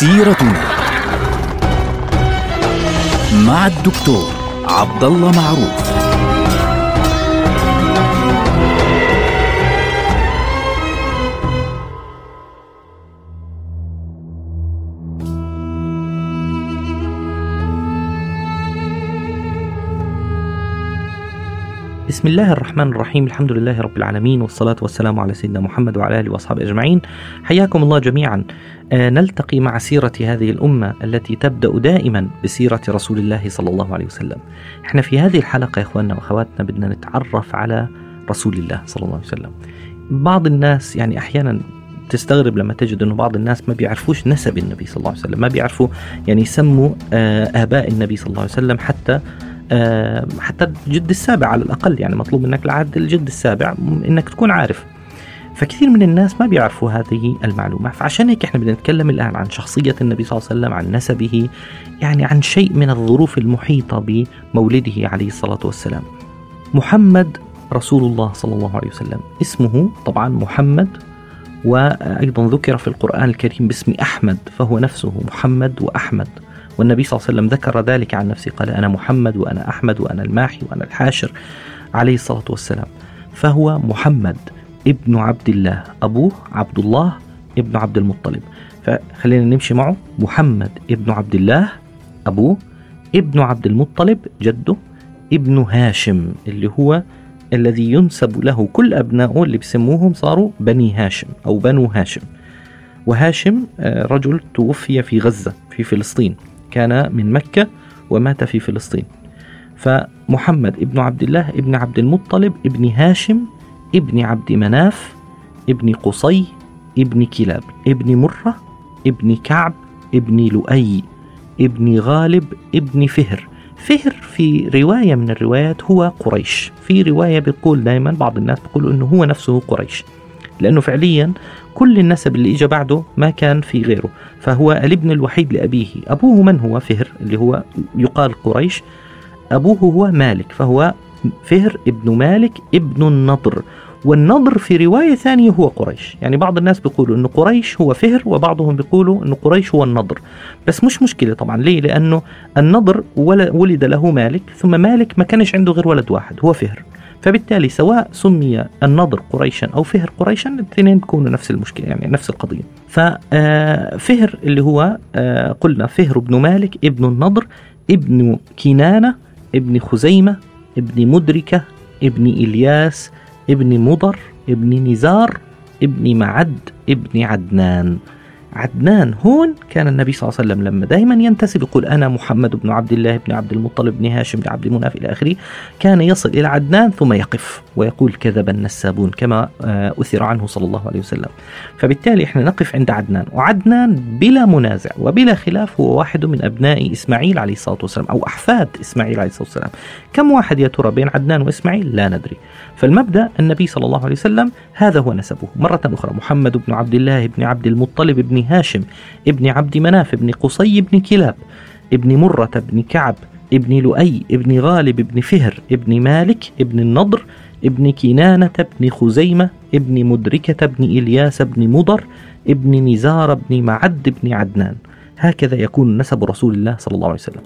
سيرتنا مع الدكتور عبد الله معروف. بسم الله الرحمن الرحيم، الحمد لله رب العالمين، والصلاة والسلام على سيدنا محمد وعلى آله وأصحابه أجمعين. حياكم الله جميعا. نلتقي مع سيرة هذه الأمة التي تبدأ دائما بسيرة رسول الله صلى الله عليه وسلم. احنا في هذه الحلقة يا إخواننا وأخواتنا بدنا نتعرف على رسول الله صلى الله عليه وسلم. بعض الناس يعني أحيانا تستغرب لما تجد أنه بعض الناس ما بيعرفوش نسب النبي صلى الله عليه وسلم، ما بيعرفوا يعني يسموا آباء النبي صلى الله عليه وسلم، حتى الجد السابع على الأقل، يعني مطلوب منك لعد الجد السابع إنك تكون عارف. فكثير من الناس ما بيعرفوا هذه المعلومة، فعشان هيك إحنا بدنا نتكلم الآن عن شخصية النبي صلى الله عليه وسلم، عن نسبه، يعني عن شيء من الظروف المحيطة بمولده عليه الصلاة والسلام. محمد رسول الله صلى الله عليه وسلم، اسمه طبعا محمد، وأيضا ذكر في القرآن الكريم باسم أحمد، فهو نفسه محمد وأحمد. والنبي صلى الله عليه وسلم ذكر ذلك عن نفسه، قال أنا محمد وأنا أحمد وأنا الماحي وأنا الحاشر عليه الصلاة والسلام. فهو محمد ابن عبد الله، أبوه عبد الله ابن عبد المطلب. فخلينا نمشي معه. محمد ابن عبد الله أبوه، ابن عبد المطلب جده، ابن هاشم اللي هو الذي ينسب له كل أبنائه اللي بسموهم صاروا بني هاشم أو بنو هاشم. وهاشم رجل توفي في غزة في فلسطين، كان من مكة ومات في فلسطين. فمحمد ابن عبد الله ابن عبد المطلب ابن هاشم ابن عبد مناف ابن قصي ابن كلاب ابن مرة ابن كعب ابن لؤي ابن غالب ابن فهر. فهر في رواية من الروايات هو قريش، في رواية بيقول دائما بعض الناس بيقولوا انه هو نفسه قريش، لأنه فعليا كل النسب اللي إجا بعده ما كان في غيره، فهو الابن الوحيد لأبيه. أبوه من هو؟ فهر، اللي هو يقال قريش. أبوه هو مالك، فهو فهر ابن مالك ابن النضر. والنضر في رواية ثانية هو قريش، يعني بعض الناس بيقولوا أنه قريش هو فهر، وبعضهم بيقولوا أنه قريش هو النضر، بس مش مشكلة طبعا. ليه؟ لأنه النضر ولد له مالك، ثم مالك ما كانش عنده غير ولد واحد هو فهر، فبالتالي سواء سمي النضر قريشا أو فهر قريشا الاثنين بيكونوا نفس المشكلة، يعني نفس القضية. ففهر اللي هو قلنا فهر ابن مالك ابن النضر ابن كنانة ابن خزيمة ابن مدركة ابن إلياس ابن مضر ابن نزار ابن معد ابن عدنان. عدنان هون كان النبي صلى الله عليه وسلم لما دائما ينتسب يقول أنا محمد بن عبد الله بن عبد المطلب بن هاشم بن عبد مناف إلى آخره، كان يصل إلى عدنان ثم يقف ويقول كذب النسابون كما أثر عنه صلى الله عليه وسلم. فبالتالي إحنا نقف عند عدنان، وعدنان بلا منازع وبلا خلاف هو واحد من أبناء إسماعيل عليه الصلاة والسلام أو أحفاد إسماعيل عليه الصلاة والسلام. كم واحد يا ترى بين عدنان وإسماعيل؟ لا ندري. فالمبدأ النبي صلى الله عليه وسلم هذا هو نسبه. مرة أخرى محمد بن عبد الله بن عبد المطلب بن هاشم ابن عبد مناف ابن قصي ابن كلاب ابن مرة ابن كعب ابن لؤي ابن غالب ابن فهر ابن مالك ابن النضر ابن كنانة ابن خزيمة ابن مدركة ابن إلياس ابن مضر ابن نزار ابن معد ابن عدنان. هكذا يكون نسب رسول الله صلى الله عليه وسلم.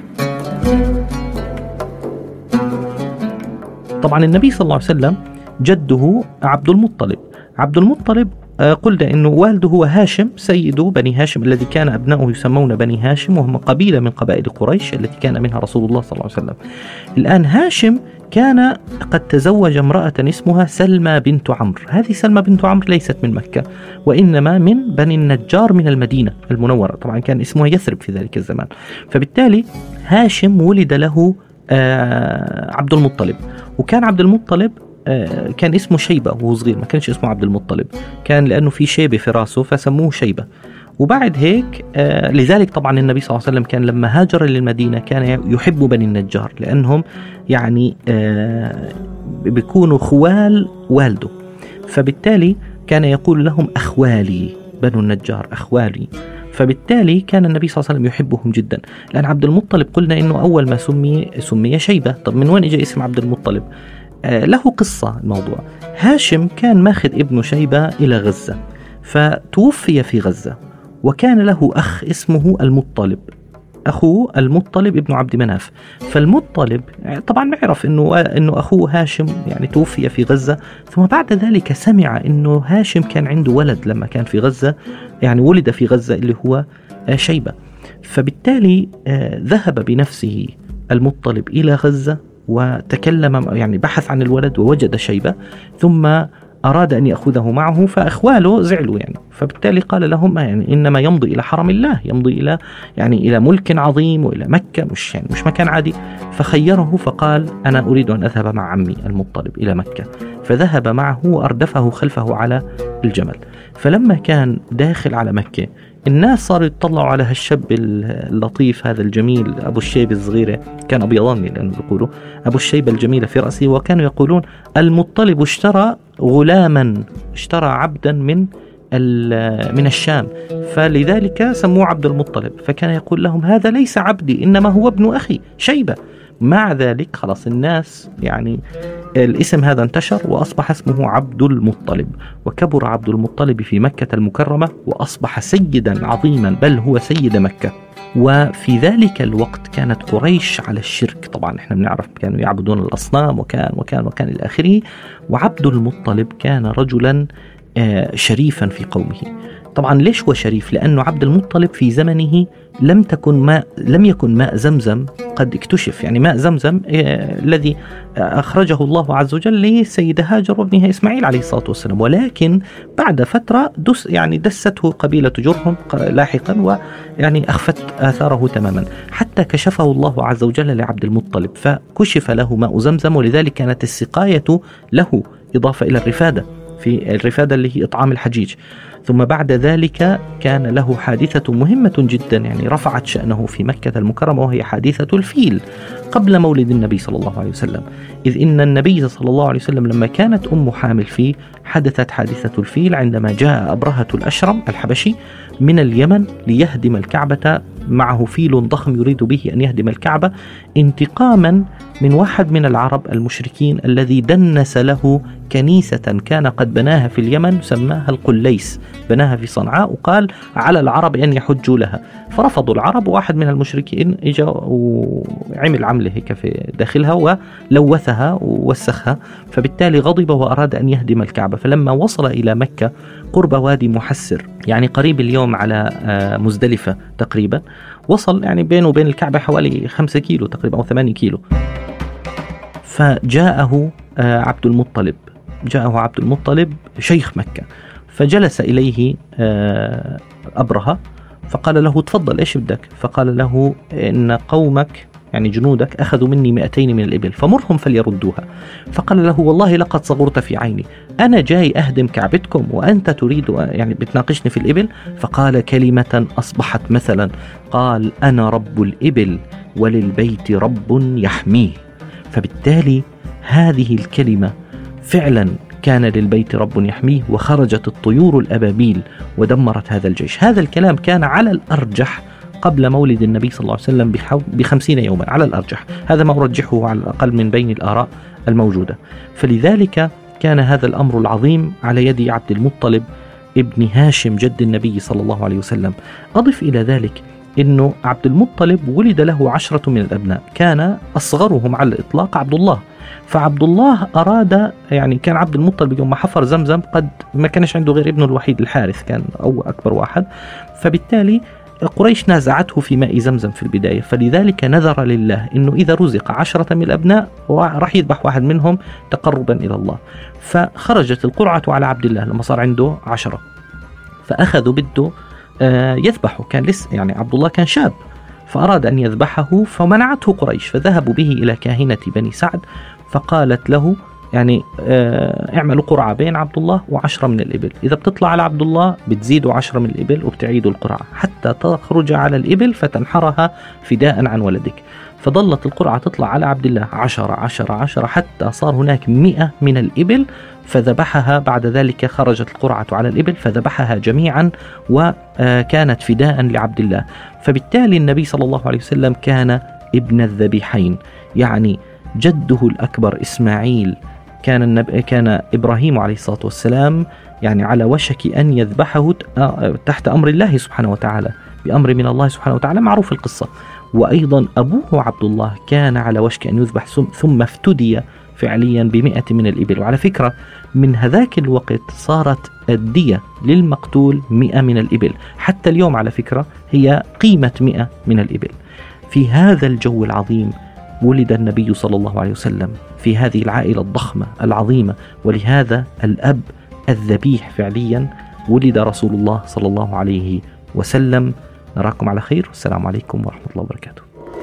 طبعا النبي صلى الله عليه وسلم جده عبد المطلب. عبد المطلب قلنا أنه والده هو هاشم سيد بني هاشم الذي كان أبناؤه يسمون بني هاشم، وهم قبيلة من قبائل قريش التي كان منها رسول الله صلى الله عليه وسلم. الآن هاشم كان قد تزوج امرأة اسمها سلمى بنت عمرو. هذه سلمى بنت عمرو ليست من مكة، وإنما من بني النجار من المدينة المنورة، طبعا كان اسمها يثرب في ذلك الزمان. فبالتالي هاشم ولد له عبد المطلب، وكان عبد المطلب كان اسمه شيبة وهو صغير، ما كانش اسمه عبد المطلب، كان لأنه في شيبة في راسه فسموه شيبة. وبعد هيك لذلك طبعا النبي صلى الله عليه وسلم كان لما هاجر للمدينة كان يحب بني النجار، لأنهم يعني بيكونوا خوال والده، فبالتالي كان يقول لهم أخوالي، بنو النجار أخوالي. فبالتالي كان النبي صلى الله عليه وسلم يحبهم جدا. لأن عبد المطلب قلنا إنه أول ما سمي شيبة. طب من وين إجا اسم عبد المطلب؟ له قصة الموضوع. هاشم كان ماخذ ابنه شيبة إلى غزة، فتوفي في غزة، وكان له أخ اسمه المطلب، أخوه المطلب ابن عبد مناف. فالمطلب طبعا نعرف إنه أخوه هاشم يعني توفي في غزة، ثم بعد ذلك سمع إنه هاشم كان عنده ولد لما كان في غزة، يعني ولد في غزة اللي هو شيبة. فبالتالي ذهب بنفسه المطلب إلى غزة وتكلم، يعني بحث عن الولد ووجد شيبة، ثم أراد أن يأخذه معه، فأخواله زعلوا يعني. فبالتالي قال لهم يعني إنما يمضي إلى حرم الله، يمضي إلى يعني إلى ملك عظيم وإلى مكة، مش مكان عادي. فخيره فقال أنا أريد أن أذهب مع عمي المطلب إلى مكة، فذهب معه وأردفه خلفه على الجمل. فلما كان داخل على مكة الناس صاروا يتطلعوا على هالشاب اللطيف هذا الجميل أبو الشيبة الصغيرة، كان أبيضاني لأنه يقولوا أبو الشيبة الجميلة في رأسه، وكانوا يقولون المطلب اشترى غلاما، اشترى عبدا من الشام، فلذلك سموه عبد المطلب. فكان يقول لهم هذا ليس عبدي إنما هو ابن أخي شيبة. مع ذلك خلاص الناس يعني الاسم هذا انتشر وأصبح اسمه عبد المطلب، وكبر عبد المطلب في مكة المكرمة وأصبح سيدا عظيما، بل هو سيد مكة. وفي ذلك الوقت كانت قريش على الشرك، طبعا احنا بنعرف كانوا يعبدون الأصنام وكان إلى آخره. وعبد المطلب كان رجلا شريفا في قومه. طبعا ليش هو شريف؟ لأنه عبد المطلب في زمنه لم يكن ماء زمزم قد اكتشف، يعني ماء زمزم الذي أخرجه الله عز وجل لسيدة هاجر وابنها إسماعيل عليه الصلاة والسلام، ولكن بعد فترة دسته قبيلة جرهم لاحقا، ويعني أخفت آثاره تماما، حتى كشفه الله عز وجل لعبد المطلب فكشف له ماء زمزم. ولذلك كانت السقاية له إضافة إلى الرفادة، في الرفادة اللي هي إطعام الحجيج. ثم بعد ذلك كان له حادثة مهمة جدا يعني رفعت شأنه في مكة المكرمة، وهي حادثة الفيل قبل مولد النبي صلى الله عليه وسلم. إذ إن النبي صلى الله عليه وسلم لما كانت أمه حامل فيه حدثت حادثة الفيل عندما جاء أبرهة الأشرم الحبشي من اليمن ليهدم الكعبة، معه فيل ضخم يريد به أن يهدم الكعبة، انتقاما من واحد من العرب المشركين الذي دنس له كنيسة كان قد بناها في اليمن سماها القليس، بناها في صنعاء، وقال على العرب أن يحجوا لها. فرفضوا العرب، وواحد من المشركين إجا وعمل عمله هيك في داخلها ولوثها ووسخها، فبالتالي غضب وأراد أن يهدم الكعبة. فلما وصل إلى مكة قرب وادي محسر، يعني قريب اليوم على مزدلفة تقريبا، وصل يعني بينه وبين الكعبة حوالي 5 كيلو تقريبا أو 8 كيلو. فجاءه عبد المطلب شيخ مكة، فجلس إليه أبرهة فقال له تفضل إيش بدك؟ فقال له إن قومك يعني جنودك أخذوا مني 200 من الإبل فمرهم فليردوها. فقال له والله لقد صغرت في عيني، أنا جاي أهدم كعبتكم وأنت تريد يعني بتناقشني في الإبل؟ فقال كلمة أصبحت مثلا، قال أنا رب الإبل وللبيت رب يحميه. فبالتالي هذه الكلمة فعلا كان للبيت رب يحميه، وخرجت الطيور الأبابيل ودمرت هذا الجيش. هذا الكلام كان على الأرجح قبل مولد النبي صلى الله عليه وسلم ب50 يوما على الأرجح، هذا ما أرجحه على الأقل من بين الآراء الموجودة. فلذلك كان هذا الأمر العظيم على يد عبد المطلب ابن هاشم جد النبي صلى الله عليه وسلم. أضف إلى ذلك إنه عبد المطلب ولد له 10 من الأبناء، كان أصغرهم على الإطلاق عبد الله. فعبد الله أراد يعني كان عبد المطلب يوم ما حفر زمزم قد ما كانش عنده غير ابنه الوحيد الحارث، كان أو أكبر واحد، فبالتالي قريش نازعته في ماء زمزم في البداية، فلذلك نذر لله إنه إذا رزق 10 من الأبناء راح يذبح واحد منهم تقربا إلى الله. فخرجت القرعة على عبد الله لما صار عنده 10، فأخذوا بده يذبحه، كان لسه يعني عبد الله كان شاب، فأراد أن يذبحه فمنعته قريش، فذهبوا به إلى كاهنة بني سعد فقالت له يعني اعملوا قرعة بين عبد الله و10 من الإبل، إذا بتطلع على عبد الله بتزيدوا 10 من الإبل وبتعيدوا القرعة حتى تخرج على الإبل فتنحرها فداء عن ولدك. فظلت القرعة تطلع على عبد الله 10 حتى صار هناك 100 من الإبل، فذبحها. بعد ذلك خرجت القرعة على الإبل فذبحها جميعا وكانت فداء لعبد الله. فبالتالي النبي صلى الله عليه وسلم كان ابن الذبيحين، يعني جده الأكبر إسماعيل كان إبراهيم عليه الصلاة والسلام يعني على وشك أن يذبحه تحت أمر الله سبحانه وتعالى، بأمر من الله سبحانه وتعالى، معروف القصة. وأيضا أبوه عبد الله كان على وشك أن يذبح ثم افتدي فعليا ب100 من الإبل. وعلى فكرة من هذاك الوقت صارت الدية للمقتول 100 من الإبل، حتى اليوم على فكرة هي قيمة 100 من الإبل. في هذا الجو العظيم ولد النبي صلى الله عليه وسلم، في هذه العائلة الضخمة العظيمة، ولهذا الأب الذبيح فعليا ولد رسول الله صلى الله عليه وسلم. نراكم على خير، والسلام عليكم ورحمة الله وبركاته.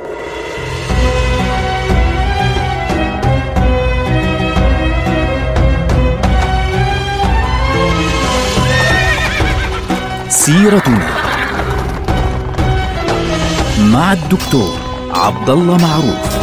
سيرتنا مع الدكتور عبد الله معروف.